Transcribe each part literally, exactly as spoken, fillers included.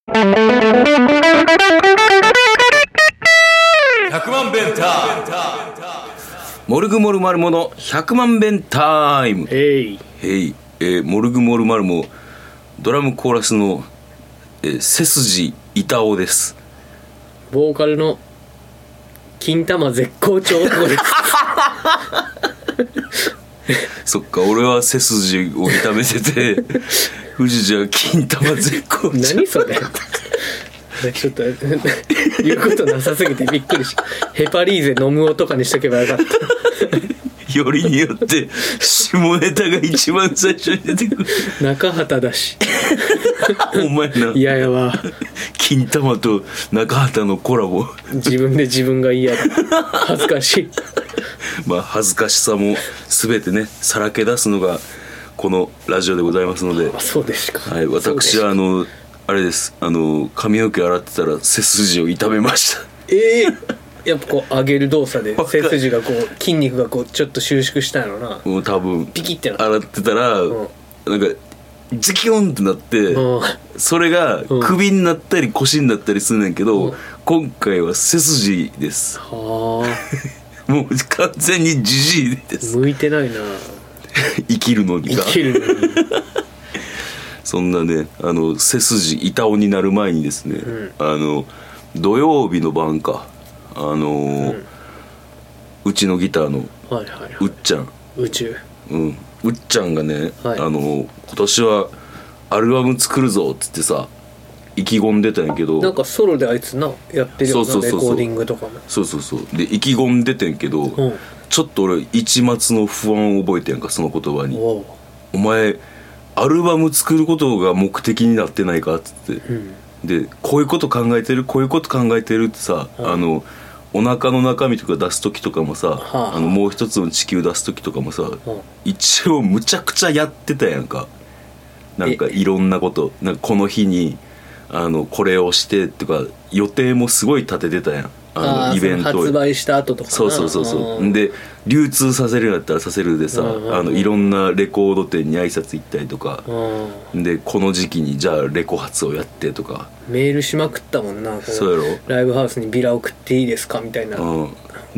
ひゃくまん弁タイム。モルグモルマルモのひゃくまん弁タイム。 へいへい、えー、モルグモルマルモドラムコーラスの、えー、背筋板尾です。 ボーカルの金玉絶好調男ですそっか、俺は背筋を痛めてて藤じゃ金玉絶好調。 何それちょっと言うことなさすぎてびっくりしヘパリーゼ飲む音とかにしとけばよかったよりによって下ネタが一番最初に出てくる。 中畑だしお前な、 嫌やわ。 金玉と中畑のコラボ。 自分で自分が嫌だ。恥ずかしい。 まあ恥ずかしさも全てねさらけ出すのがこのラジオでございますので。 あ、そうですか。 はい、私はあのあれです、あの髪の毛洗ってたら背筋を痛めました。 えーやっぱこう上げる動作で背筋がこう筋肉がこうちょっと収縮したんやろな。 もう多分ピキってな洗ってたら、うん、なんかジキョンってなって、うん、それが首になったり腰になったりするねんけど、うん、今回は背筋です。はあもう完全にジジイです。 向いてないな生きるのにか生きるのにそんなね、あの背筋板尾になる前にですね、うん、あの土曜日の晩か、あのーうん、うちのギターのうっちゃん、 宇宙、 うん、うっちゃんがね、 はい、 あのー、今年はアルバム作るぞっつってさ意気込んでたんやけど、 なんかソロであいつなやってるようなレコーディングとかも。 そうそうそうで意気込んでてんけど、うん、ちょっと俺一抹の不安を覚えてんか、その言葉に。 お, お前アルバム作ることが目的になってないかっつって、うん、でこういうこと考えてるこういうこと考えてるってさ、うん、あのお腹の中身とか出す時とかもさ、はあ、あのもう一つの地球出す時とかもさ、はあ、一応むちゃくちゃやってたやんか。なんかいろんなことなんかこの日にあのこれをしてとか予定もすごい立ててたやん。あのイベント発売した後とかな。 そうそうそうそうで流通させるんだったらさせるでさ、うんうん、あのいろんなレコード店に挨拶行ったりとか、うん、でこの時期にじゃあレコ発をやってとかメールしまくったもんな。 そうやろ。 ライブハウスにビラ送っていいですかみたいな、うん、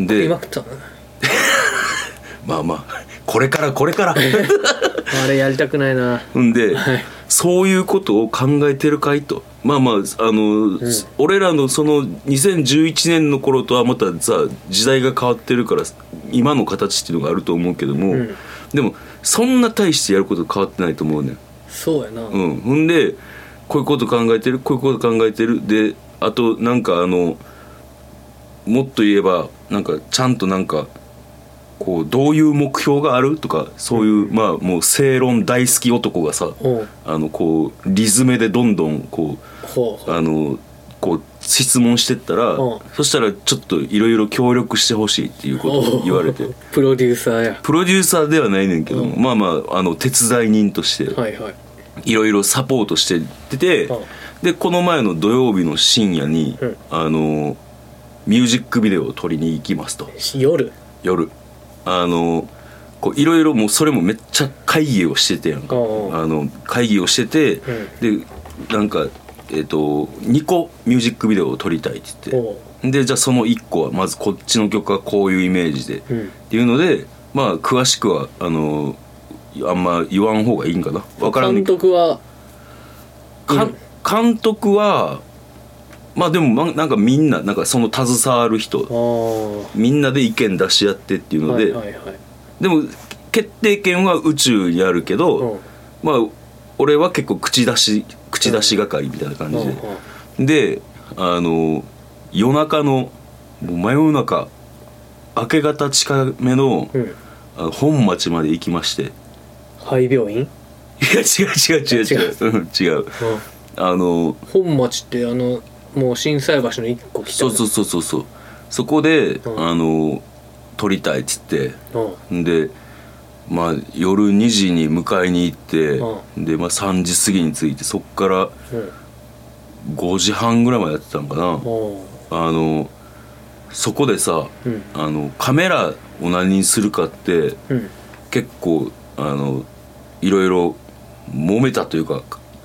で送りまくったなまあまあこれからこれからあれやりたくないな。 んで、はい、そういうことを考えてるかいと。まあまああの、うん、俺らのそのにせんじゅういちねんの頃とはまたさ時代が変わってるから今の形っていうのがあると思うけども、うん、でもそんな大してやること変わってないと思うねん。 そうやな。 うん。ほんでこういうこと考えてるこういうこと考えてるで、あとなんかあのもっと言えばなんかちゃんとなんかこうどういう目標があるとかそういう、うん、まあもう正論大好き男がさ、あのこうリズムでどんどんこうあのこう質問してったら、そしたらちょっといろいろ協力してほしいっていうことを言われてプロデューサーや。 プロデューサーではないねんけども、まあまああの手伝い人としていろいろサポートしてて、でこの前の土曜日の深夜に、うん、あのミュージックビデオを撮りに行きますと。 夜夜あのこういろいろもうそれもめっちゃ会議をしててやんか。あの会議をしてて、うん、でなんかえっとにこミュージックビデオを撮りたいって言って、でじゃあそのいっこはまずこっちの曲はこういうイメージで、うん、っていうのでまあ詳しくはあのあんま言わん方がいいんかな。分からんね。 監督はか、うん、監督はまあでもなんかみんななんかその携わる人みんなで意見出し合ってっていうので、はいはいはい、でも決定権は宇宙にあるけど、うん、まあ俺は結構口出し口出し係みたいな感じで、うん、であの夜中のもう真夜中明け方近めの、うん、あの本町まで行きまして。 廃病院？いや違う違う違う違う違う、違う、うん、あの本町ってあのもう心斎橋の一個来た。 そうそうそうそうそうそこで、うん、あの撮りたいっつって、うん、でまあ夜にじに迎えに行って、うん、でまあさんじ過ぎに着いてそっからごじはんぐらいまでやってたんかな、うん、あのそこでさ、うん、あのカメラを何にするかって、うん、結構あのいろいろ揉めたというか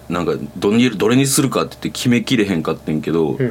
なんかどれにどれにするかって言って決めきれへんかってんけど、 うん、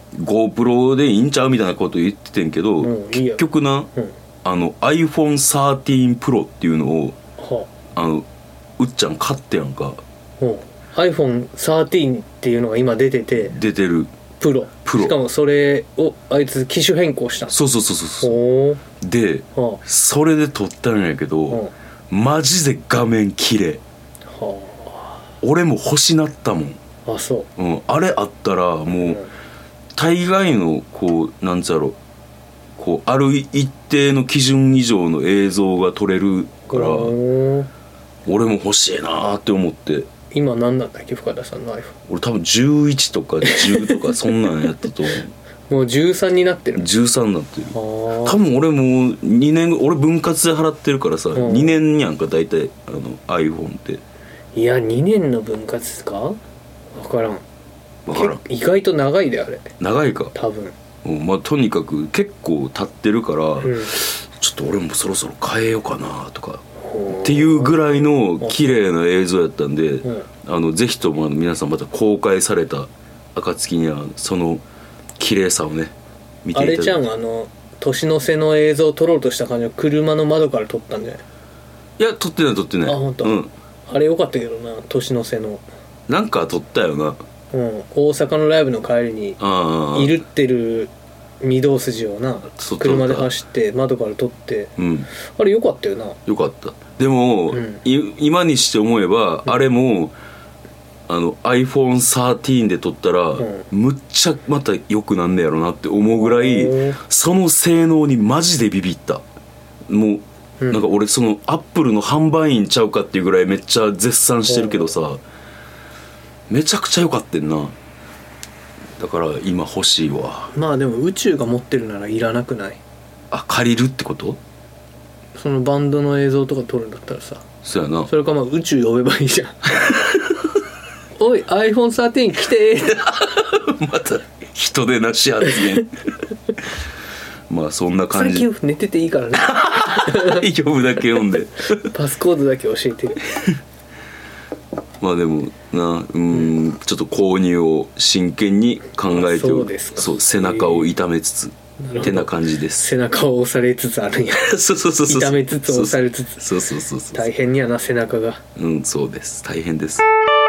GoPro でいいんちゃうみたいなこと言っててんけど、うん、結局な、うん、あの アイフォンサーティーン Pro っていうのを、はあ、あのうっちゃん買ってやんか。 アイフォンサーティーン っていうのが今出てて、 出てるプロプロしかもそれをあいつ機種変更した。 そうそうそうそうで、はあ、それで撮ったんやけど、はあ、マジで画面綺麗、はあ、俺も欲しなったもん。 あ、そう、 うん、あれあったらもう、うん、大概のこうなんつうやろこうある一定の基準以上の映像が撮れるから、俺も欲しいなって思って。 今何なんだっけ深田さんの iPhone。 俺多分じゅういちとかじゅうとかそんなんやったと思う。 もうじゅうさんになってる。 じゅうさんになってる。多分俺もうにねん俺分割で払ってるからさ、うん、にねんやんか大体あの iPhone って。 いやにねんの分割か分からん分からん。意外と長いであれ。 長いか多分、 うん、まあとにかく結構経ってるから、うん、ちょっと俺もそろそろ変えようかなとかっていうぐらいの綺麗な映像やったんで、うん、あのぜひともあの皆さんまた公開された暁にはその綺麗さをね見ていただいて。 あれちゃんあの年の瀬の映像を撮ろうとした感じは車の窓から撮ったんじゃない？ いや撮ってない撮ってない。 あ本当。うん、あれ良かったけどな年の瀬のなんか撮ったよな。 うん、大阪のライブの帰りにいるってる御堂筋をな車で走って窓から撮って、うん、あれ良かったよな。 良かった。でも、うん、今にして思えば、うん、あれもあの アイフォンサーティーン で撮ったら、うん、むっちゃまた良くなんねやろなって思うぐらい、その性能にマジでビビった。もう、うん、なんか俺そのアップルの販売員ちゃうかっていうぐらいめっちゃ絶賛してるけどさ、めちゃくちゃ良かったんな。だから今欲しいわ。 まあでも宇宙が持ってるならいらなくない？ あ、借りるってこと？ そのバンドの映像とか撮るんだったらさ。 そうやな。 それかまあ宇宙呼べばいいじゃん。おい アイフォンサーティーン 来てまた人でなし発言。まあそんな感じ。 最近寝てていいからね。 呼ぶだけ読んでパスコードだけ教えてる。 まあでもな、うん、うん、ちょっと購入を真剣に考えて、 そうですか。 そう背中を痛めつつってな感じです。 背中を押されつつあるんや。 そうそうそうそう。 痛めつつ押されつつ。 そうそうそうそう。 大変にはな背中が。 うん、そうです。大変です。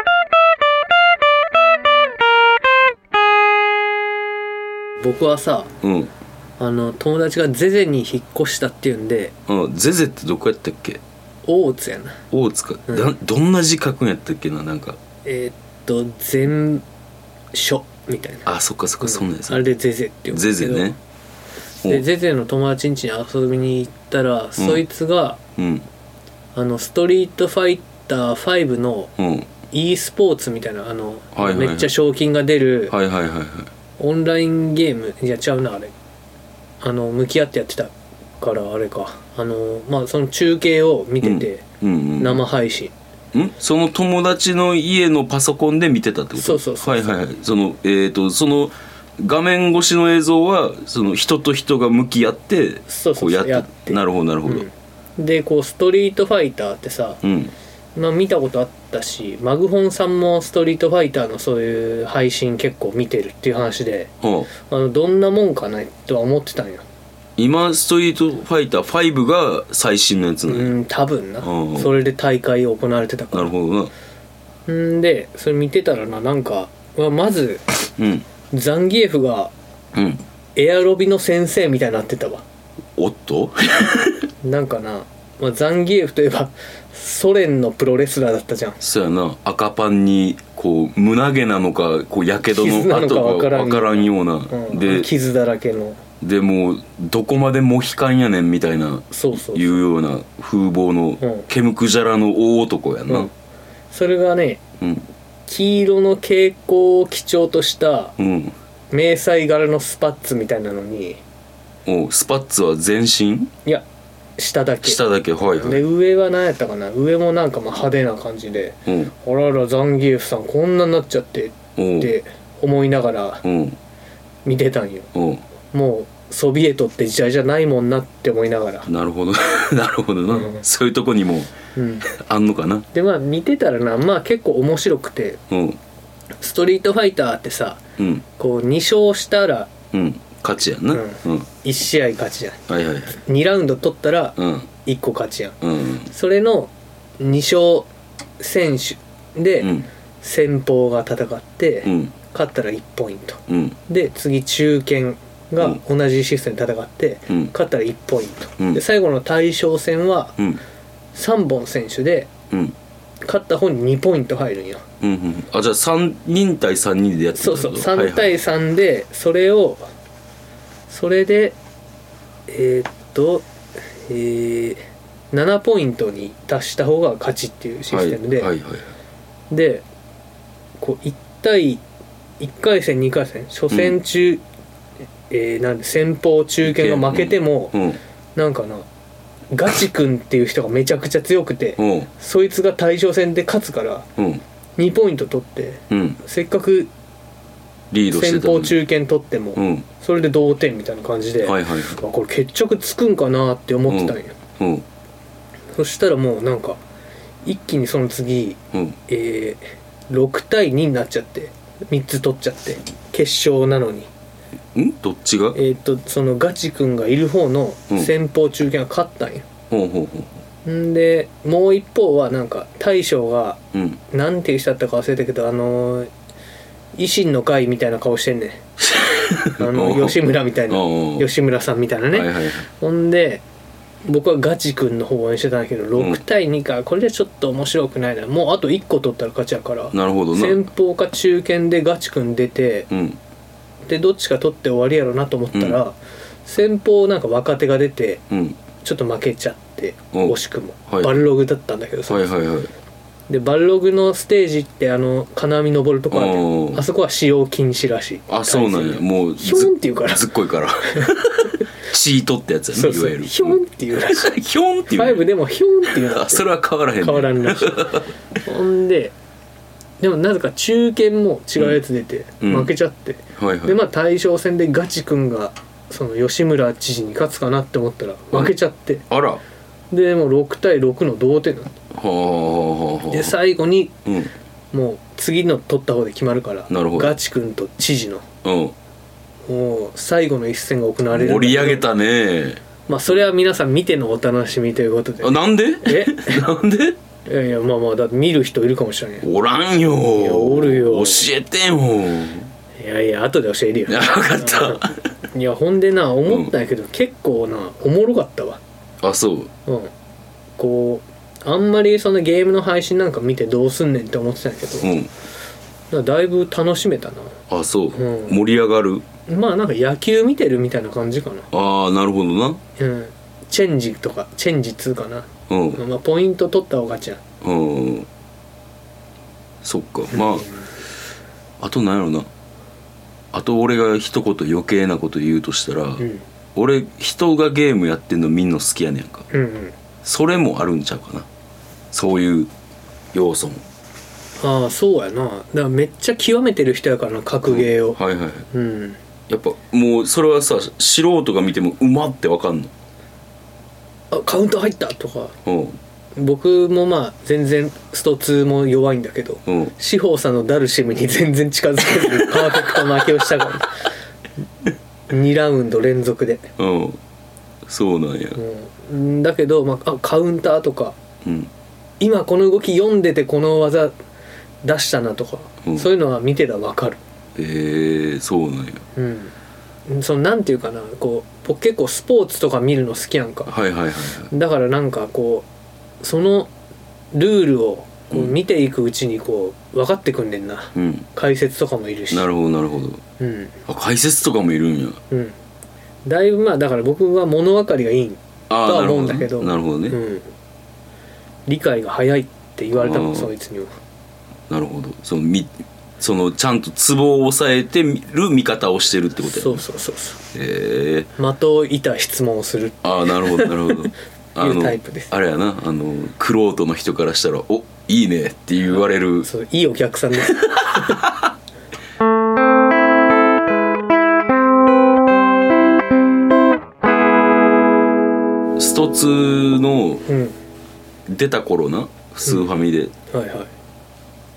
僕はさ、 うん、 あの友達がゼゼに引っ越したっていうんで。 うん、ゼゼってどこやったっけ？ 大津やな。 大津か、うん、どんな字書くんやったっけな。なんかえー、っと全書みたいな。 あ、そっかそっか、うん、そんなんです。 あれでゼゼって呼ぶけど。 ゼゼね。 でゼゼの友達ん家に遊びに行ったら、うん、そいつが、うん、あのストリートファイターファイブの e スポーツみたいなあの、はいはいはい、めっちゃ賞金が出る、はいはいはいはい、オンラインゲームいやちゃうなあれあの向き合ってやってたからあれかあのまあその中継を見てて、うんうんうん、生配信んその友達の家のパソコンで見てたってこと？ そうそうそうそう。 はいはいはい。そのえーとその画面越しの映像はその人と人が向き合ってこうやって、やってなるほどなるほど、 うん、でこうストリートファイターってさ、うん、まあ見たことあったしマグホンさんもストリートファイターのそういう配信結構見てるっていう話で、はあ、あのどんなもんかなとは思ってたんよ。 今ストリートファイターファイブが最新のやつなの？ うん多分な、はあ、それで大会行われてたから。 なるほどな。んでそれ見てたらななんかまず、うんザンギエフがエアロビの先生みたいになってたわ、 うん、おっとなんかな、まあ、ザンギエフといえばソ連のプロレスラーだったじゃん。 そうやな。赤パンにこう胸毛なのかこうやけどの跡が分からんような、 うん、で傷だらけのでもうどこまでモヒカンやねんみたいなそうそうそういうような風貌のケムクジャラの大男やな、うん、 それがね、うん、黄色の蛍光を基調とした迷彩柄のスパッツみたいなのに、 おスパッツは全身？いや下だけ下だけはいはい。 で上は何やったかな、上もなんかまあ派手な感じで、うん、あららザンギエフさんこんなになっちゃってって思いながら見てたんよ。もうソビエトって時代じゃないもんなって思いながら。 なるほどなるほどな、うん、そういうとこにも、うん、あんのかな。 でまあ見てたらな、まあ結構面白くて、うん、ストリートファイターってさ、うん、こうに勝したら、 うん、勝ちやんな、うんうん、いち試合勝ちやん、 はいはいはい、 にラウンド取ったらいっこ勝ちやん、 うん、 それのに勝選手で、うん、先鋒が戦って、うん、勝ったらいちポイント、うん、で次中堅が同じシステムで戦って、うん、勝ったらいちポイント、うん、で最後の大将戦はさんぼん選手で、うん、勝った方ににポイント入るんよ、 うんうん、あじゃあさんにん対さんにんでやってる。 そうそうさん対さんでそれをそれでえー、っとえー、ななポイントに達した方が勝ちっていうシステムで、はいはいはい、でこういち対いっかい戦にかい戦初戦中、うんえー、なんで先鋒中堅が負けても、うん、なんかなガチ君っていう人がめちゃくちゃ強くて、うん、そいつが大将戦で勝つから、うん、にポイント取って、うん、せっかく先鋒中堅取っても、うん、それで同点みたいな感じで、はいはい、これ決着つくんかなって思ってたんや、うんうん、そしたらもうなんか一気にその次、うんえー、ろく対にになっちゃってみっつ取っちゃって決勝なのにんどっちがえー、っとそのガチ君がいる方の先鋒中堅が勝ったんよ、うん、ほうほうほうんでもう一方はなんか大将が、うん、なんていう人だったか忘れたけどあのー、維新の会みたいな顔してんねんあの吉村みたいな吉村さんみたいなね、はいはいはい、ほんで僕はガチ君の方を応援してたんだけどろく対にか、これじゃちょっと面白くないな、もうあといっこ取ったら勝ちやから。 なるほどな。 先鋒か中堅でガチ君出て、うん、でどっちか取って終わりやろなと思ったら、うん、先鋒なんか若手が出て、うん、ちょっと負けちゃって惜しくも、はい、バルログだったんだけどさ、はいはいはい、でバルログのステージってあの金網登るとこある、あそこは使用禁止らしい。 あそうなんや。もうヒョンって言うからずっこいからチートってやつやね。 そうそう、いわゆるヒョンって言うらしいヒョンって言う、 ファイブでもヒョンって言うの。 それは変わらへん、ね、 変わらんらしいほんででもなぜか中堅も違うやつ出て、うん、負けちゃって、うんはいはい、でまあ大将戦でガチ君がその吉村知事に勝つかなって思ったら負けちゃって、 あらでもうろく対ろくの同点なんだ。はあ、で最後に、うん、もう次の取った方で決まるからガチ君と知事の、うんもう最後の一戦が行われる。 盛り上げたね。 まあそれは皆さん見てのお楽しみということで。 あなんでえなんでいやいやまあまあだって見る人いるかもしれない。 おらんよ。いやおるよ。教えてよ。 いやいや後で教えるよ。 分かったいやほんでな思ったんやけど、うん、結構なおもろかったわ。 あそううんこうあんまりそのゲームの配信なんか見てどうすんねんって思ってたんやけど、うんだ, だいぶ楽しめたな。 あそう、うん、盛り上がる。 まあなんか野球見てるみたいな感じかな。 ああなるほどな、 うん、チェンジとかチェンジにかな、うんまあ、ポイント取った方が勝ちやん。 うんそっかまあ、うん、あと何やろなあと俺が一言余計なこと言うとしたら、うん、俺人がゲームやってんのみんな好きやねんか、うんうん、それもあるんちゃうかなそういう要素も。 ああそうやな。だからめっちゃ極めてる人やからな格ゲーを、 うん、はいはい、うん、やっぱもうそれはさ素人が見てもうまってわかんの。 あカウント入ったとか、うん、僕もまあ全然ストツーも弱いんだけど、うん、志保さんのダルシムに全然近づけずパーフェクト負けをしたからにラウンド連続で、 うん、そうなんや、 うん、だけど、まあ、あカウンターとか、うん、今この動き読んでてこの技出したなとか、うん、そういうのは見てたら分かる。 えー、そうなんや。 うんそのなんていうかなこう僕結構スポーツとか見るの好きやんか。 はいはいはい、はい、 だからなんかこうそのルールをこう見ていくうちにこう分かってくんねんな、うん、解説とかもいるし。 なるほどなるほど、うん、あ解説とかもいるんや。うんだいぶまあだから僕は物分かりがいいとは思うんだけど。 なるほどね、うん、 理解が早いって言われたのそいつには。 なるほど。そのみそのちゃんとツボを抑えてる見方をしてるってことやね。 そうそうそうそう。 へえ。 的を射た質問をする。 ああなるほどなるほど。 あのいうタイプです。 あれやなあの玄人の人からしたらおいいねって言われる。 そういいお客さんです。 ツの出た頃な、スーファミで、 うん、はいはい。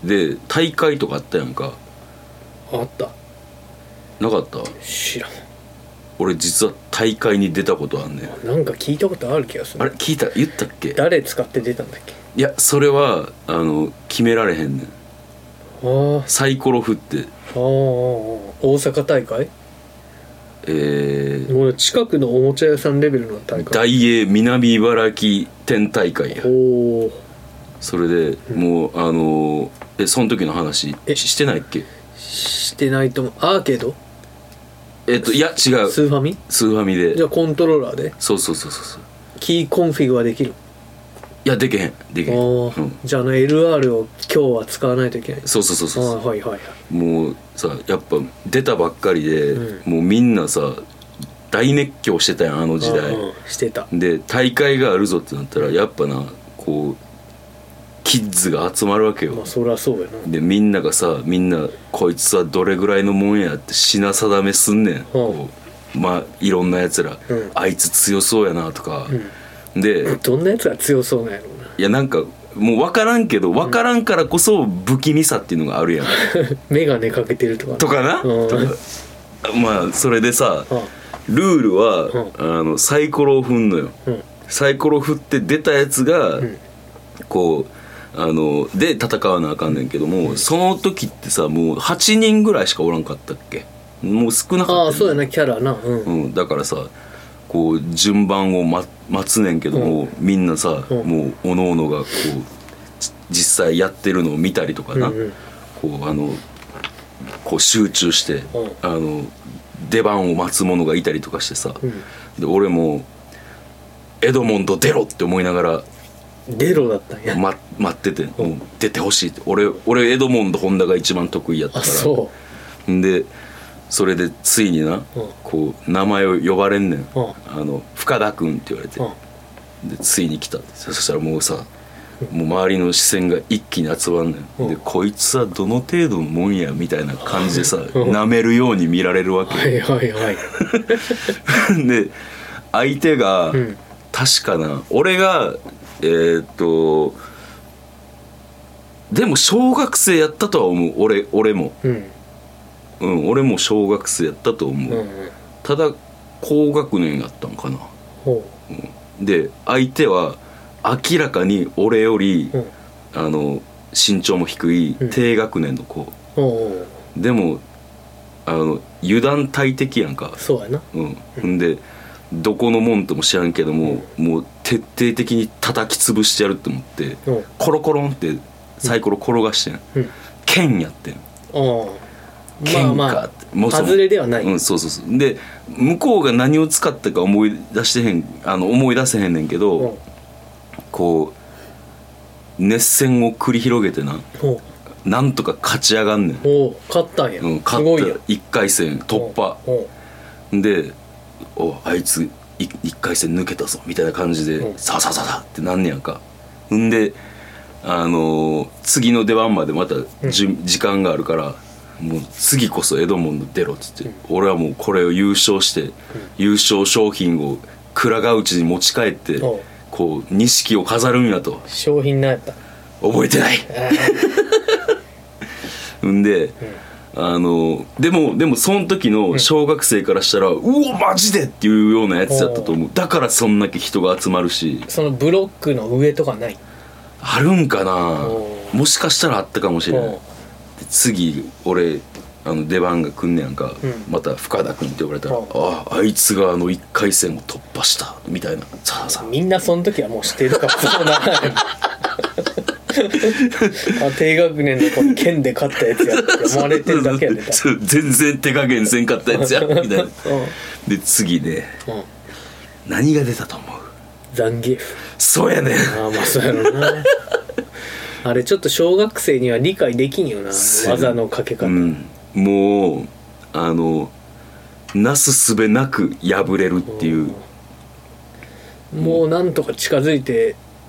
で大会とかあったやんか。 あった。 なかった？ 知らん。 俺実は大会に出たことあんねん。 なんか聞いたことある気がする。 あれ聞いた言ったっけ？ 誰使って出たんだっけ？ いやそれはあの決められへんねん。あサイコロ振って。 ああ大阪大会？ えー、 もう近くのおもちゃ屋さんレベルの大会。 大英南茨城店大会や。 おそれで、うん、もうあのえその時の話えしてないっけ？ してないと思う。アーケード？ えっといや違う。スーファミ？ スーファミで。 じゃあコントローラーで？ そうそうそうそう。 キーコンフィグはできる？ いやできへんできへん、 うん、じゃああの エルアール を今日は使わないといけない。 そうそうそうそう。 はいはいはい。 もうさやっぱ出たばっかりで、うん、もうみんなさ大熱狂してたやんあの時代。 うん、してた。 で大会があるぞってなったらやっぱなこうキッズが集まるわけよ。 まあそりゃそうやな。 でみんながさみんなこいつはどれぐらいのもんやって品定めすんねん、うん、こうまあいろんなやつら、うん、あいつ強そうやなとか、うん、でどんなやつが強そうなんやろうな。 いやなんかもう分からんけど分からんからこそ不気味さっていうのがあるやん眼鏡かけてるとかとかな、うん、とかまあそれでさ、うん、ルールは、うん、あのサイコロを振んのよ、うん、サイコロ振って出たやつが、うん、こうあので戦わなあかんねんけども、うん、その時ってさもうはちにんぐらいしかおらんかったっけ？もう少なかった、ね、 ああそうやなキャラな、うんうん、だからさこう順番を、ま、待つねんけども、うん、みんなさ、うん、もうおのおのがこう実際やってるのを見たりとかな、うんうん、こうあのこう集中して、うん、あの出番を待つ者がいたりとかしてさ、うん、で俺もエドモンド出ろって思いながら出ろだったんや、 ま、待ってて、うん、出てほしいって。俺俺エドモンドホンダが一番得意やったから。あそうでそれでついにな、うん、こう名前を呼ばれんねん、うん、あの深田君って言われて、うん、でついに来た。そしたらもうさ、もう周りの視線が一気に集まんねん、うん、でこいつはどの程度のもんやみたいな感じでさ、舐めるように見られるわけ。 はいはいはいで相手が、うん、確かな俺がえー、っとでも小学生やったとは思う。俺俺もうんうん、俺も小学生やったと思う、うんうん、ただ高学年やったんかな、ほう、うん、で相手は明らかに俺より、うん、あの身長も低い低学年の子、うん、でもあの油断大敵やんか。 そうやな、 うんうん、でどこのもんとも知らんけども、うん、もう徹底的に叩き潰してやるって思って、うん、コロコロンってサイコロ転がしてん、うん、剣やってん。剣かって、 まあまあ、外れではない、 うん、そうそうそう。で向こうが何を使ったか思い出してへん、あの思い出せへんねんけど、うん、こう熱戦を繰り広げてな、なんとか勝ち上がんねん。 お勝ったんや、 うん、勝った。いっかい戦突破で、おあいついっかい戦抜けたぞみたいな感じで、さあさあさあってなんねやんか。んであのー、次の出番までまたじ、うん、時間があるから、もう次こそエドモンド出ろっつって、うん、俺はもうこれを優勝して、うん、優勝商品を蔵ヶ内に持ち帰って、うん、こう錦を飾るんやと。 商品何やった？ 覚えてないんで、うん、あのでもでもその時の小学生からしたら、うん、うおマジでっていうようなやつだったと思う。だからそんだけ人が集まるし。 そのブロックの上とかない？ あるんかな。もしかしたらあったかもしれない。次俺あの出番が来んねやんか、うん、また深田君って呼ばれたら、あああいつがあのいっかい戦を突破したみたいな。さあさあみんなその時はもう知ってるからそうならないあ低学年の子に剣で勝ったやつやって思われてるだけやで全然手加減せんかったやつやみたいな、うん、で次ね、うん、何が出たと思う？ ザンギエフ。 そうやねん。 ああまあそうやろなあれちょっと小学生には理解できんよな、技のかけ方、うん、 もうあのなすすべなく破れるっていう、 うん、もうなんとか近づいて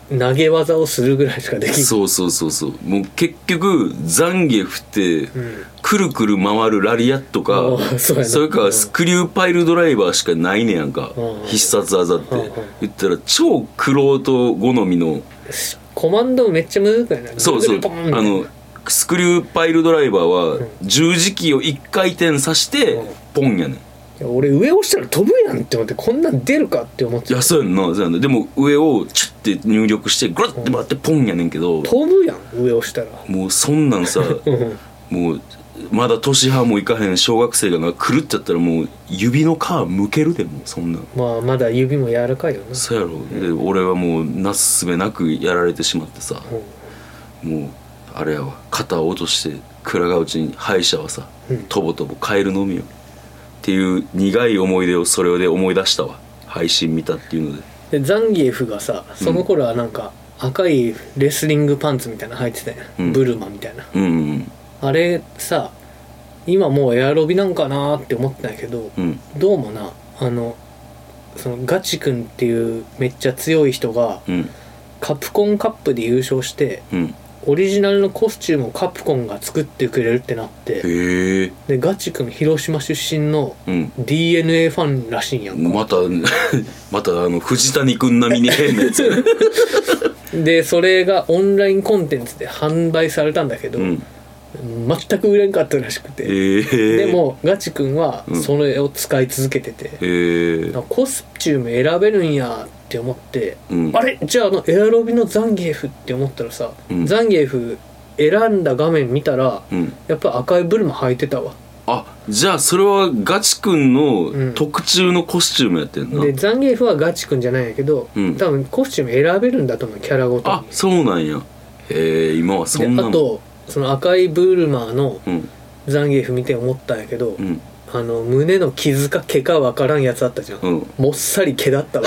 投げ技をするぐらいしかできない。 そうそうそうそう。もう結局ザンギエフって、うん、くるくる回るラリアットか、そ, それからスクリューパイルドライバーしかないねやんか、うん、必殺技って、うん、言ったら超クロート好みのコマンドめっちゃ難しいね。 そうそう、あのスクリューパイルドライバーは十字キーを一回転さしてポンやねん。 いや俺上押したら飛ぶやんって思って、こんなん出るかって思って。 いやそうやんな、そうやんな。でも上をチュッて入力してグラッて回ってポンやねんけど、 飛ぶやん上押したら。 もうそんなんさもうまだ年派もいかへん小学生がな狂っちゃったらもう指の皮むけるで、もうそんなん。 まあまだ指も柔らかいよな。 そうやろ、うん、で俺はもうなすすべなくやられてしまってさ、うん、もうあれやわ、肩を落として蔵がうちに歯医者はさ、うん、とぼとぼカエルのみよっていう苦い思い出をそれで思い出したわ、配信見たっていうので。でザンギエフがさ、その頃はなんか赤いレスリングパンツみたいなの履いてたやん、うん、ブルマみたいな、うんうん、あれさ今もうエアロビなんかなって思ったんやけど、うん、どうもな、あのそのガチ君っていうめっちゃ強い人が、うん、カプコンカップで優勝して、うん、オリジナルのコスチュームをカプコンが作ってくれるってなって、へでガチ君広島出身の ディーエヌエー ファンらしいんやんか、うん、またまたあの藤谷君並みに変なやつでそれがオンラインコンテンツで販売されたんだけど、うん、全く売れんかったらしくて、えー、でもガチ君はそれを使い続けてて、うんえー、コスチューム選べるんやって思って、うん、あれじゃああのエアロビのザンギエフって思ったらさ、うん、ザンギエフ選んだ画面見たら、うん、やっぱ赤いブルマ履いてたわ。 あ、じゃあそれはガチ君の特注のコスチュームやってんな、 うん、でザンギエフはガチ君じゃないんやけど、うん、多分コスチューム選べるんだと思う、キャラごとに。 あ、そうなんや。へえ、今はそんなの。 あとその赤いブルマーのザンギエフ見て思ったんやけど、うん、あの胸の傷か毛か分からんやつあったじゃん、うん、もっさり毛だったわ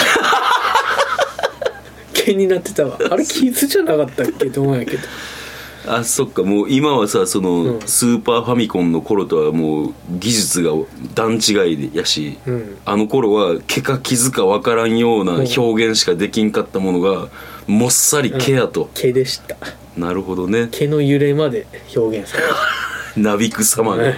毛になってたわ。あれ傷じゃなかったっけと思うんやけど。 あ、そっか。もう今はさ、その、うん、スーパーファミコンの頃とはもう技術が段違いやし、うん、あの頃は毛か傷か分からんような表現しかできんかったものがもっさり毛やと、うん、 毛でした。 なるほどね。 毛の揺れまで表現されたなびく様が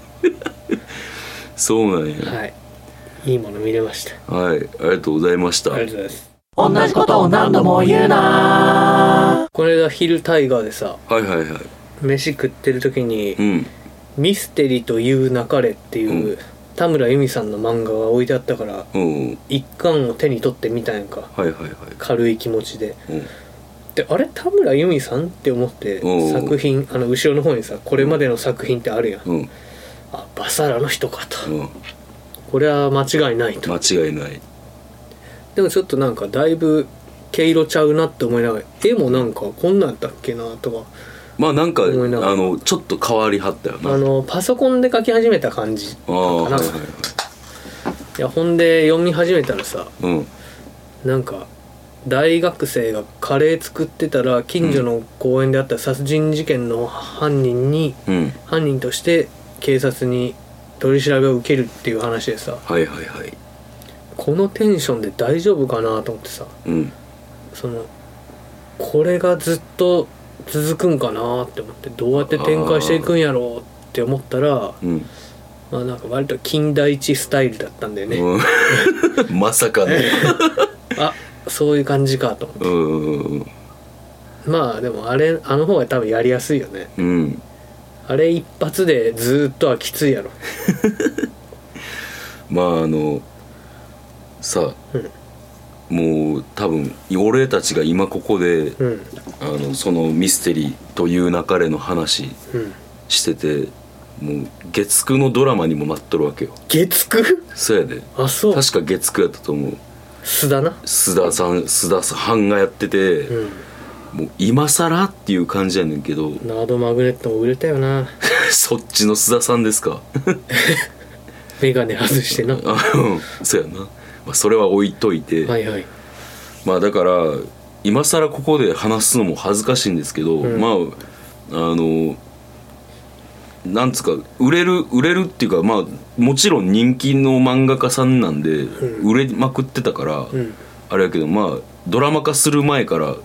そうなんや。 はい、いいもの見れました。 はい、ありがとうございました。 ありがとうございます。同じことを何度も言うな。これがヒルタイガーでさ、 はいはいはい、 飯食ってる時に、うん、ミステリというなかれっていう、うん、田村由美さんの漫画が置いてあったから、うん、一巻を手に取ってみたんやんか、はいはいはい、軽い気持ちで、うん、であれ田村由美さんって思って、作品あの後ろの方にさこれまでの作品ってあるやん、うん、あバサラの人かと、うん、これは間違いないと。 間違いない。 でもちょっとなんかだいぶ毛色ちゃうなって思いながら、絵もなんかこんなんやったっけなとか、 まあなんかあのちょっと変わりはったよな。 あのパソコンで描き始めた感じかな。あ、はいはいはい、いやほんで読み始めたらさ、うん、なんか大学生がカレー作ってたら近所の公園であった殺人事件の犯人に、うん、犯人として警察に取り調べを受けるっていう話でさ、 はいはいはい、 このテンションで大丈夫かなと思ってさ、うん、そのこれがずっと続くんかなって思って、どうやって展開していくんやろうって思ったら、うん、まあなんか割と金田一スタイルだったんだよね、 うん、まさかねあ、そういう感じかと思って、うん、まあでもあれあの方が多分やりやすいよね、うん、あれ一発でずっとはきついやろまああのさあ、うん、もう多分俺たちが今ここで、うん、あのそのミステリーという流れの話してて、うん、もう月9のドラマにもなっとるわけよ。 月 9？ そうやで。 あ、そう。 確か月9やったと思う。 須田な。 須田さん、須田さんがやってて、うん、もう今更っていう感じやねんけど。 ナードマグネットも売れたよなそっちの須田さんですかメガネ外してなあ、 うん、そうやな。まあ、それは置いといて、はいはい、まあだから今更ここで話すのも恥ずかしいんですけど、うん、まああのなんつうか売れる売れるっていうか、まあもちろん人気の漫画家さんなんで、うん、売れまくってたから、うん、あれやけど、まあドラマ化する前から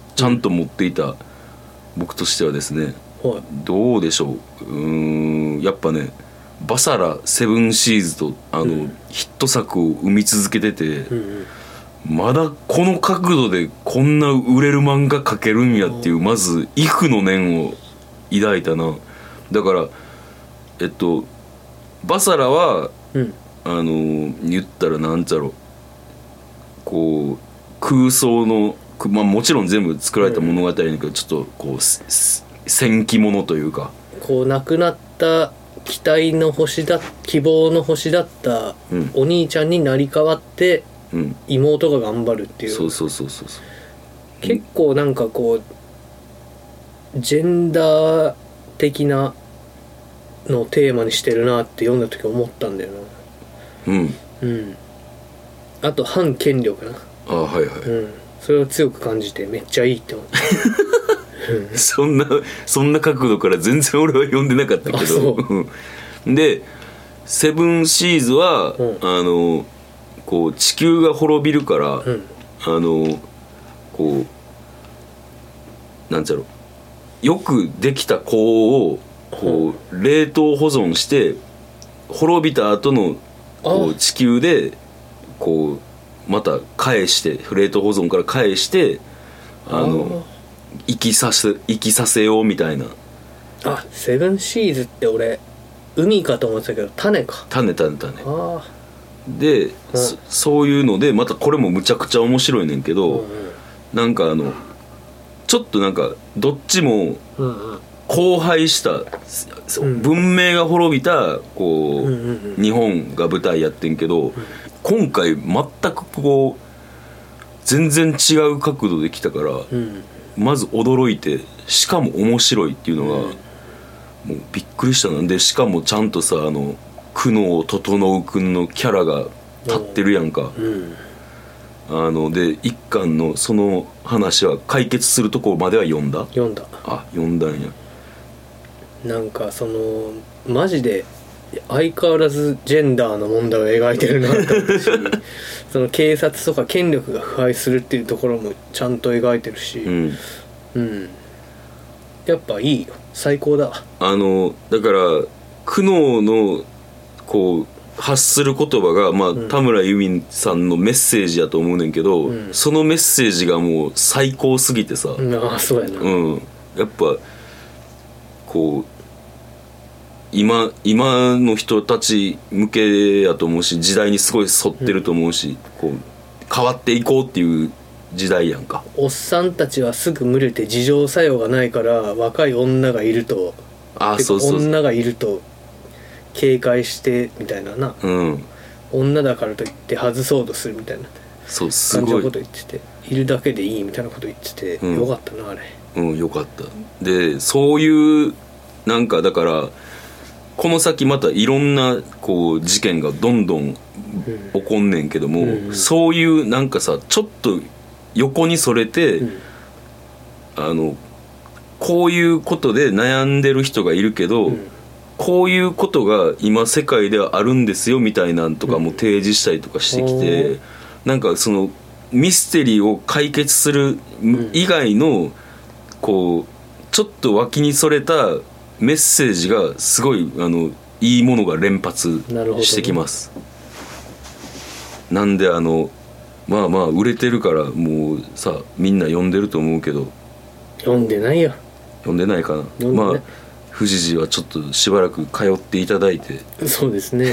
ちゃんと持っていた僕としてはですね、うんはい、どうでしょう、うーんやっぱねバサラセブンシーズとあの、うん、ヒット作を生み続けてて、うんうん、まだこの角度でこんな売れる漫画描けるんやっていう、まず畏怖の念を抱いたな。だからえっとバサラは、うん、あの言ったらなんちゃろう、こう空想の、まあ、もちろん全部作られた物語だけど、うん、ちょっとこう戦記物というか、 こう亡くなった期待の星だ希望の星だったお兄ちゃんになり変わって、うん、妹が頑張るっていう、 そうそうそうそうそう、 結構なんかこうジェンダー的なのをテーマにしてるなって読んだ時思ったんだよな。うんうんあと反権力な。 ああはいはい、うん、それを強く感じてめっちゃいいって思ったそんなそんな角度から全然俺は読んでなかったけどでセブンシーズは、うん、あのこう地球が滅びるから、うん、あのこうなんちゃろう、よくできた子をこう、うん、冷凍保存して滅びた後のこう地球でこうまた返して冷凍保存から返してあの生きさせ生きさせようみたいな。 あ、セブンシーズって俺海かと思ってたけど種か。 種種種。あで、うん、そ, そういうのでまたこれもむちゃくちゃ面白いねんけど、うんうん、なんかあのちょっとなんかどっちも荒廃した、うん、文明が滅びたこう、うんうんうん、日本が舞台やってんけど、うん、今回全くこう全然違う角度で来たから、うん、まず驚いて、しかも面白いっていうのが、うん、もうびっくりしたなんで、しかもちゃんとさあの久能整くんのキャラが立ってるやんか、うん、あので一巻のその話は解決するところまでは読んだ読んだあ読んだんや。 なんかそのマジで相変わらずジェンダーの問題を描いてるなと思ったしその警察とか権力が腐敗するっていうところもちゃんと描いてるし、うん、うん、やっぱいいよ、最高だ。 あのだから久能のこう発する言葉が、まあうん、田村由美さんのメッセージやと思うねんけど、うん、そのメッセージがもう最高すぎてさ、 うん、ああそうやな、 うん、やっぱこう今今の人たち向けやと思うし、時代にすごい沿ってると思うし、うん、こう変わっていこうっていう時代やんか。 おっさんたちはすぐ群れて自浄作用がないから、若い女がいるとあそうそうそう女がいると警戒してみたいなな、うん、女だからといって外そうとするみたいなそうすごい感じのこと言ってて、いるだけでいいみたいなこと言ってて、うん、よかったなあれ。 うんよかった。でそういうなんかだからこの先またいろんなこう事件がどんどん起こんねんけども、うんうん、そういうなんかさちょっと横にそれて、うん、あのこういうことで悩んでる人がいるけど、うん、こういうことが今世界ではあるんですよみたいなんとかも提示したりとかしてきて、うん、なんかそのミステリーを解決する以外のこうちょっと脇にそれたメッセージがすごいあのいいものが連発してきます。 な, なんであのまあまあ売れてるからもうさみんな読んでると思うけど、 読んでないよ。 読んでないかな。まあ富士寺はちょっとしばらく通っていただいて。 そうですね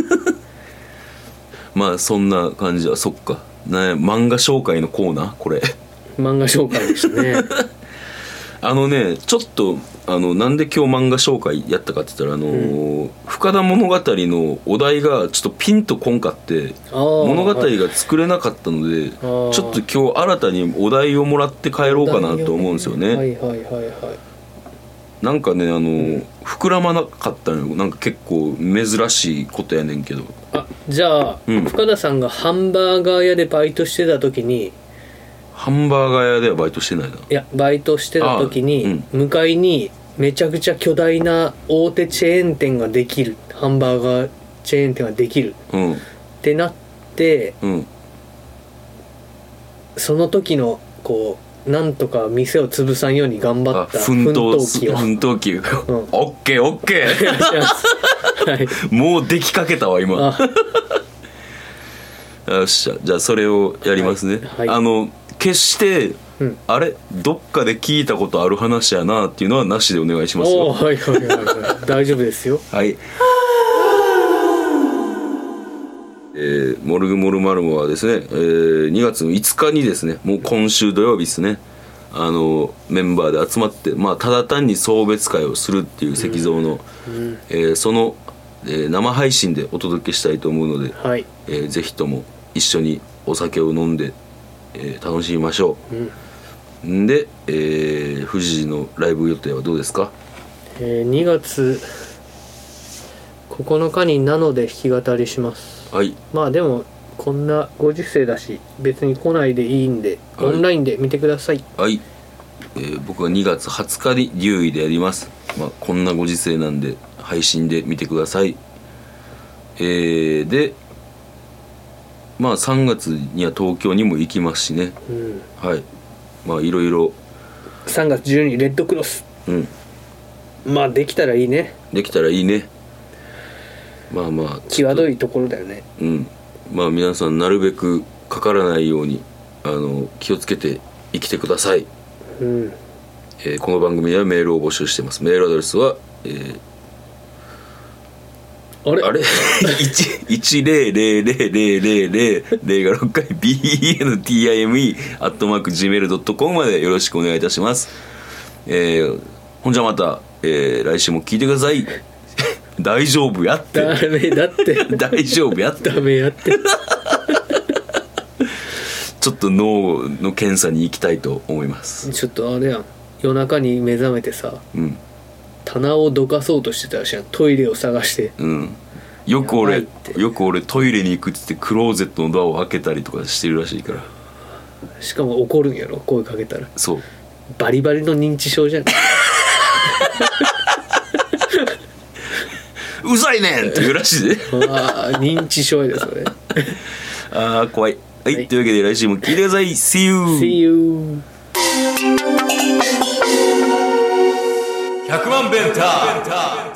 まあそんな感じはそっかな。漫画紹介のコーナーこれ漫画紹介でしたねあのねちょっとあのなんで今日漫画紹介やったかって言ったらあの、うん、深田物語のお題がちょっとピンとこんかって物語が作れなかったので、はい、ちょっと今日新たにお題をもらって帰ろうかなと思うんですよね。 はいはいはいはい。 なんかねあの、うん、膨らまなかったのよ。なんか結構珍しいことやねんけど。 あじゃあ、うん、深田さんがハンバーガー屋でバイトしてた時に。 ハンバーガー屋ではバイトしてないな。いやバイトしてた時に、うん、向かいにめちゃくちゃ巨大な大手チェーン店ができる、ハンバーガーチェーン店ができる、うん、ってなって、うん、その時のこうなんとか店を潰さんように頑張った奮闘機を奮闘機、うん、オッケーオッケーはい、 もうできかけたわ今よっしゃ、じゃあそれをやりますね、はいはい、あの決して、うん、あれどっかで聞いたことある話やなっていうのはなしでお願いしますよ。 はいはいはいはい、大丈夫ですよ。 はい。えー、モルグモルマルモはですね、えー、にがつのいつかにですね、もう今週土曜日ですね、あのメンバーで集まって、まあ、ただ単に送別会をするっていう石像の、うんうんえー、その、えー、生配信でお届けしたいと思うので、はいえー、ぜひとも一緒にお酒を飲んで、えー、楽しみましょう、うん、で、えー、富士のライブ予定はどうですか？ えー、にがつここのかになので弾き語りします。はい、まあでもこんなご時世だし別に来ないでいいんで、はい、オンラインで見てください。 はい、えー、僕はにがつはつかに竜医でやります。まあこんなご時世なんで配信で見てください。えー、でまあさんがつには東京にも行きますしね、うん、はいまあいろいろさんがつじゅうににレッドクロス、うんまあできたらいいね。 できたらいいね。まあまあ際どいところだよね。 うんまあ皆さんなるべくかからないようにあの気をつけて生きてください、うんえー、この番組ではメールを募集しています。メールアドレスは、えー、あれあれいちゼロゼロゼロゼロゼロゼロがろっかい ビーエヌティーアイエムイー アットマーク ジーメール ドットコム までよろしくお願いいたします。えー、ほんじゃまた、えー、来週も聞いてください。大丈夫やって。 ダメだって大丈夫やって。 ダメやってちょっと脳の検査に行きたいと思います。 ちょっとあれやん、夜中に目覚めてさ、うん、棚をどかそうとしてたらしいやん、トイレを探して、うん、 よく俺よく俺トイレに行くっつってクローゼットのドアを開けたりとかしてるらしいから。 しかも怒るんやろ、声かけたら。 そうバリバリの認知症じゃんうざいねんって言うらしいでああ認知症やでそれああ怖い。はい、はい、というわけで来週も聞いてください。 See you See you ひゃくまんベンター